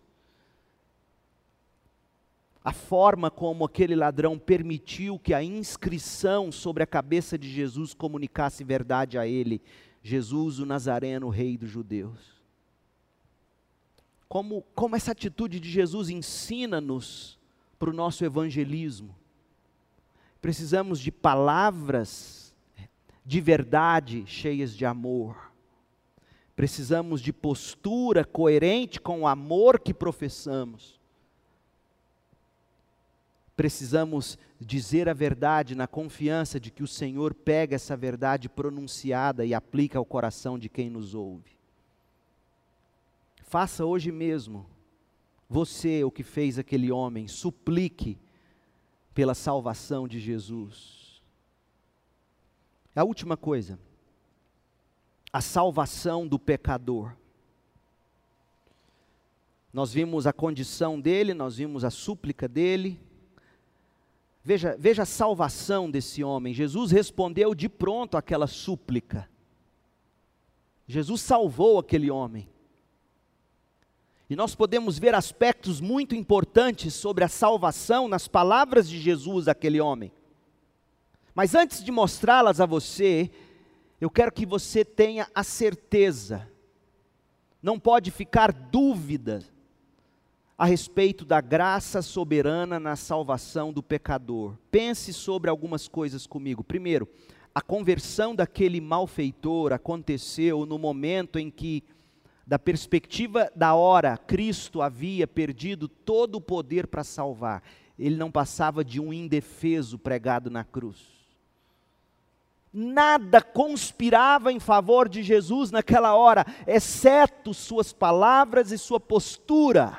A forma como aquele ladrão permitiu que a inscrição sobre a cabeça de Jesus comunicasse verdade a ele: Jesus, o Nazareno, Rei dos Judeus. Como, como essa atitude de Jesus ensina-nos para o nosso evangelismo. Precisamos de palavras de verdade cheias de amor. Precisamos de postura coerente com o amor que professamos. Precisamos dizer a verdade na confiança de que o Senhor pega essa verdade pronunciada e aplica ao coração de quem nos ouve. Faça hoje mesmo, você o que fez aquele homem, suplique pela salvação de Jesus. A última coisa, a salvação do pecador. Nós vimos a condição dele, nós vimos a súplica dele. Veja, veja a salvação desse homem. Jesus respondeu de pronto àquela súplica. Jesus salvou aquele homem. E nós podemos ver aspectos muito importantes sobre a salvação nas palavras de Jesus àquele homem. Mas antes de mostrá-las a você, eu quero que você tenha a certeza, não pode ficar dúvida a respeito da graça soberana na salvação do pecador. Pense sobre algumas coisas comigo. Primeiro, a conversão daquele malfeitor aconteceu no momento em que, da perspectiva da hora, Cristo havia perdido todo o poder para salvar. Ele não passava de um indefeso pregado na cruz. Nada conspirava em favor de Jesus naquela hora, exceto suas palavras e sua postura.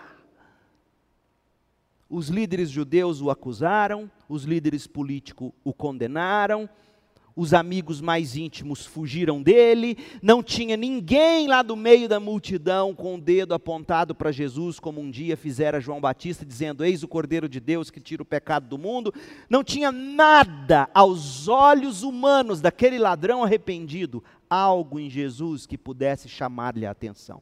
Os líderes judeus o acusaram, os líderes políticos o condenaram, os amigos mais íntimos fugiram dele, não tinha ninguém lá do meio da multidão com o dedo apontado para Jesus, como um dia fizera João Batista, dizendo: eis o Cordeiro de Deus que tira o pecado do mundo. Não tinha nada aos olhos humanos daquele ladrão arrependido, algo em Jesus que pudesse chamar-lhe a atenção.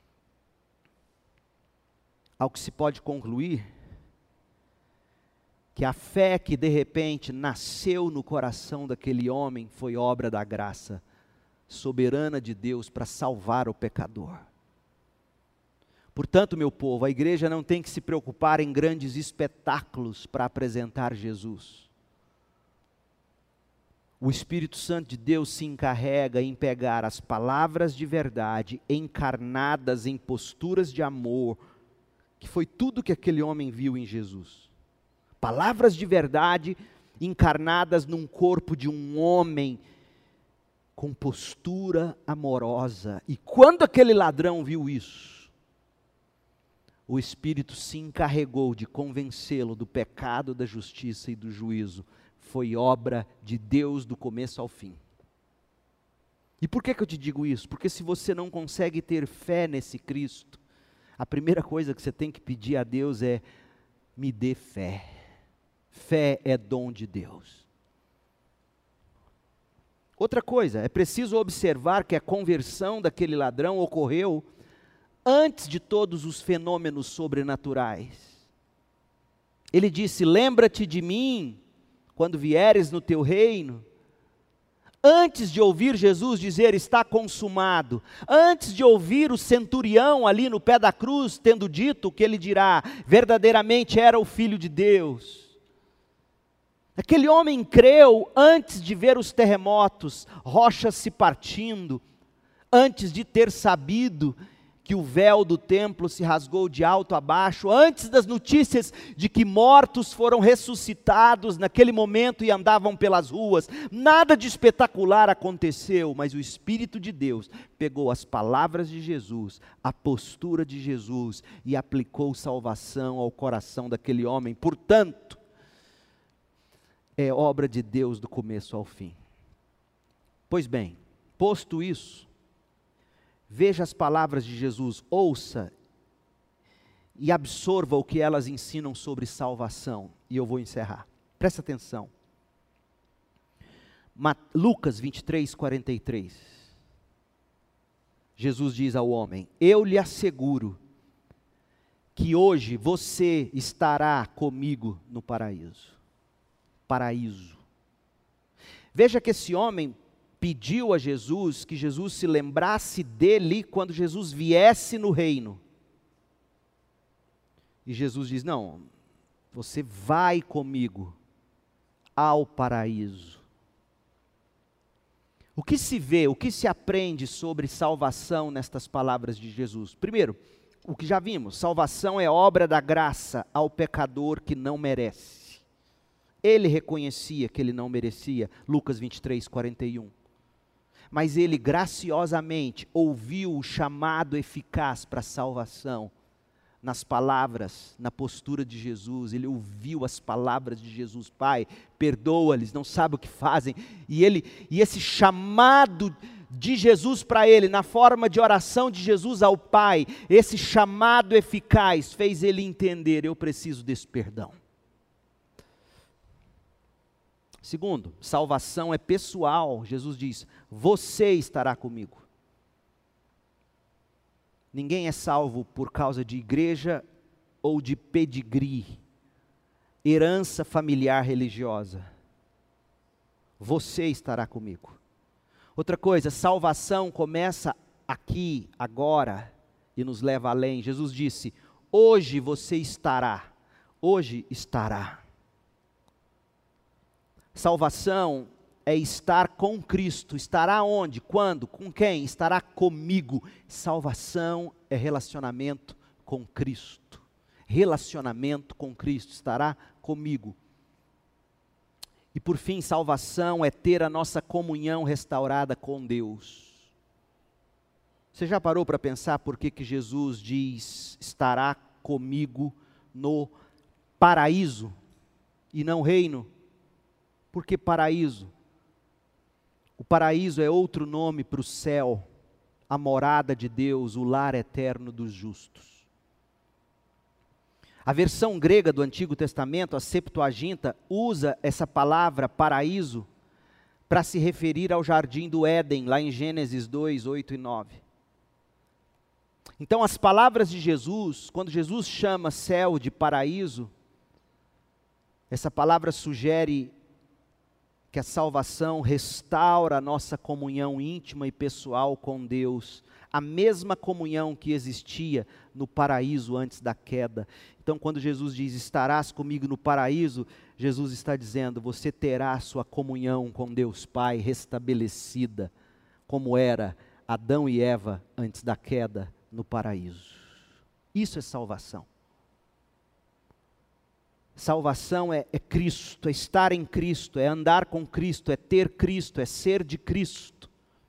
Ao que se pode concluir, que a fé que de repente nasceu no coração daquele homem foi obra da graça soberana de Deus para salvar o pecador. Portanto, meu povo, a igreja não tem que se preocupar em grandes espetáculos para apresentar Jesus. O Espírito Santo de Deus se encarrega em pegar as palavras de verdade, encarnadas em posturas de amor, que foi tudo que aquele homem viu em Jesus. Palavras de verdade, encarnadas num corpo de um homem, com postura amorosa. E quando aquele ladrão viu isso, o Espírito se encarregou de convencê-lo do pecado, da justiça e do juízo. Foi obra de Deus do começo ao fim. E por que que eu te digo isso? Porque se você não consegue ter fé nesse Cristo, a primeira coisa que você tem que pedir a Deus é: me dê fé. Fé é dom de Deus. Outra coisa, é preciso observar que a conversão daquele ladrão ocorreu antes de todos os fenômenos sobrenaturais. Ele disse: lembra-te de mim quando vieres no teu reino. Antes de ouvir Jesus dizer está consumado, antes de ouvir o centurião ali no pé da cruz tendo dito que ele dirá, verdadeiramente era o Filho de Deus. Aquele homem creu antes de ver os terremotos, rochas se partindo, antes de ter sabido que o véu do templo se rasgou de alto a baixo, antes das notícias de que mortos foram ressuscitados naquele momento e andavam pelas ruas. Nada de espetacular aconteceu, mas o Espírito de Deus pegou as palavras de Jesus, a postura de Jesus e aplicou salvação ao coração daquele homem. Portanto, é obra de Deus do começo ao fim. Pois bem, posto isso, veja as palavras de Jesus, ouça e absorva o que elas ensinam sobre salvação. E eu vou encerrar. Presta atenção. Lucas vinte e três, quarenta e três. Jesus diz ao homem: eu lhe asseguro que hoje você estará comigo no paraíso. Paraíso. Veja que esse homem pediu a Jesus que Jesus se lembrasse dele quando Jesus viesse no reino. E Jesus diz: não, você vai comigo ao paraíso. O que se vê, o que se aprende sobre salvação nestas palavras de Jesus? Primeiro, o que já vimos, salvação é obra da graça ao pecador que não merece. Ele reconhecia que ele não merecia, Lucas vinte e três, quarenta e um. Mas ele graciosamente ouviu o chamado eficaz para a salvação, nas palavras, na postura de Jesus. Ele ouviu as palavras de Jesus: Pai, perdoa-lhes, não sabem o que fazem. E, ele, e esse chamado de Jesus para ele, na forma de oração de Jesus ao Pai, esse chamado eficaz fez ele entender: eu preciso desse perdão. Segundo, salvação é pessoal. Jesus diz: você estará comigo. Ninguém é salvo por causa de igreja ou de pedigree, herança familiar religiosa. Você estará comigo. Outra coisa, salvação começa aqui, agora, e nos leva além. Jesus disse: hoje você estará, hoje estará. Salvação é estar com Cristo. Estará onde? Quando? Com quem? Estará comigo. Salvação é relacionamento com Cristo. Relacionamento com Cristo. Estará comigo. E por fim, salvação é ter a nossa comunhão restaurada com Deus. Você já parou para pensar por que que Jesus diz: estará comigo no paraíso e não reino? Por que paraíso? O paraíso é outro nome para o céu, a morada de Deus, o lar eterno dos justos. A versão grega do Antigo Testamento, a Septuaginta, usa essa palavra paraíso para se referir ao jardim do Éden, lá em Gênesis dois, oito e nove. Então as palavras de Jesus, quando Jesus chama céu de paraíso, essa palavra sugere que a salvação restaura a nossa comunhão íntima e pessoal com Deus, a mesma comunhão que existia no paraíso antes da queda. Então, quando Jesus diz, estarás comigo no paraíso, Jesus está dizendo, você terá a sua comunhão com Deus Pai restabelecida, como era Adão e Eva antes da queda no paraíso. Isso é salvação. Salvação é, é Cristo, é estar em Cristo, é andar com Cristo, é ter Cristo, é ser de Cristo.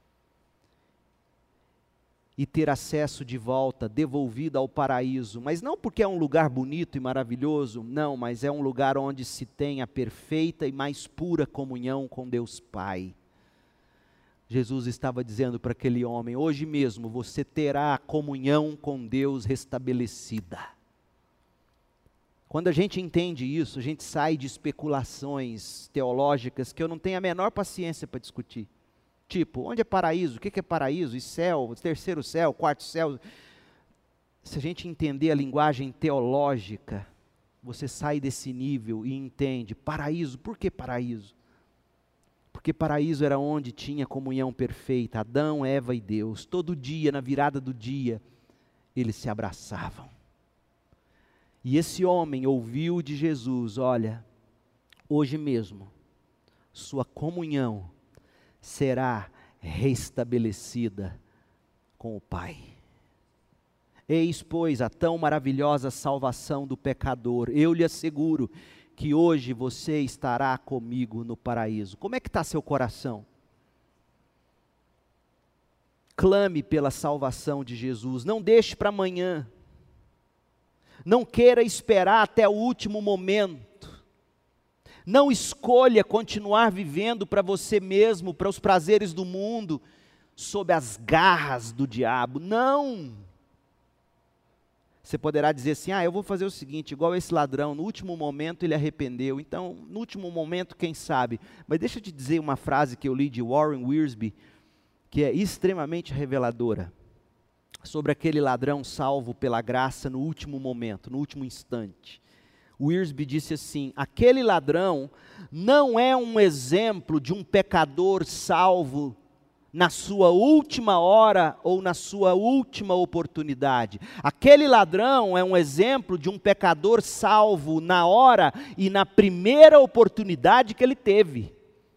E ter acesso de volta, devolvido ao paraíso, mas não porque é um lugar bonito e maravilhoso, não, mas é um lugar onde se tem a perfeita e mais pura comunhão com Deus Pai. Jesus estava dizendo para aquele homem, hoje mesmo você terá a comunhão com Deus restabelecida. Quando a gente entende isso, a gente sai de especulações teológicas que eu não tenho a menor paciência para discutir. Tipo, onde é paraíso? O que é paraíso? E céu? Terceiro céu? Quarto céu? Se a gente entender a linguagem teológica, você sai desse nível e entende, paraíso, por que paraíso? Porque paraíso era onde tinha comunhão perfeita, Adão, Eva e Deus. Todo dia, na virada do dia, eles se abraçavam. E esse homem ouviu de Jesus, olha, hoje mesmo, sua comunhão será restabelecida com o Pai. Eis, pois, a tão maravilhosa salvação do pecador. Eu lhe asseguro que hoje você estará comigo no paraíso. Como é que está seu coração? Clame pela salvação de Jesus. Não deixe para amanhã. Não queira esperar até o último momento. Não escolha continuar vivendo para você mesmo, para os prazeres do mundo, sob as garras do diabo. Não! Você poderá dizer assim, ah, eu vou fazer o seguinte, igual esse ladrão, no último momento ele arrependeu, então, no último momento, quem sabe? Mas deixa eu te dizer uma frase que eu li de Warren Wiersbe, que é extremamente reveladora, sobre aquele ladrão salvo pela graça no último momento, no último instante. Wiersbe disse assim, aquele ladrão não é um exemplo de um pecador salvo na sua última hora ou na sua última oportunidade. Aquele ladrão é um exemplo de um pecador salvo na hora e na primeira oportunidade que ele teve.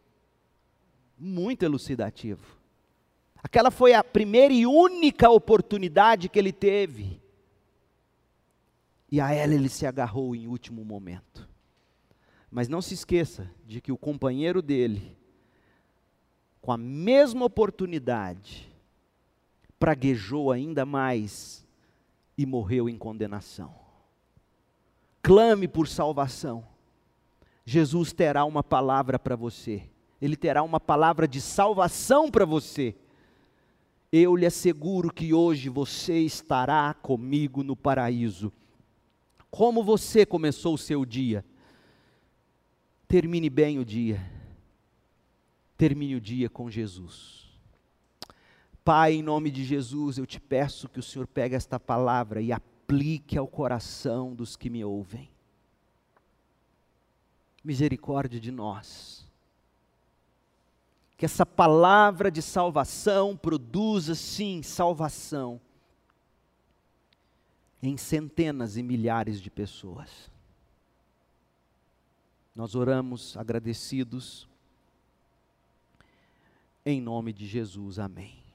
Muito elucidativo. Aquela foi a primeira e única oportunidade que ele teve. E a ela ele se agarrou em último momento. Mas não se esqueça de que o companheiro dele, com a mesma oportunidade, praguejou ainda mais e morreu em condenação. Clame por salvação. Jesus terá uma palavra para você. Ele terá uma palavra de salvação para você. Eu lhe asseguro que hoje você estará comigo no paraíso. Como você começou o seu dia? Termine bem o dia. Termine o dia com Jesus. Pai, em nome de Jesus, eu te peço que o Senhor pegue esta palavra e aplique ao coração dos que me ouvem. Misericórdia de nós. Que essa palavra de salvação produza, sim, salvação em centenas e milhares de pessoas. Nós oramos agradecidos, em nome de Jesus, amém.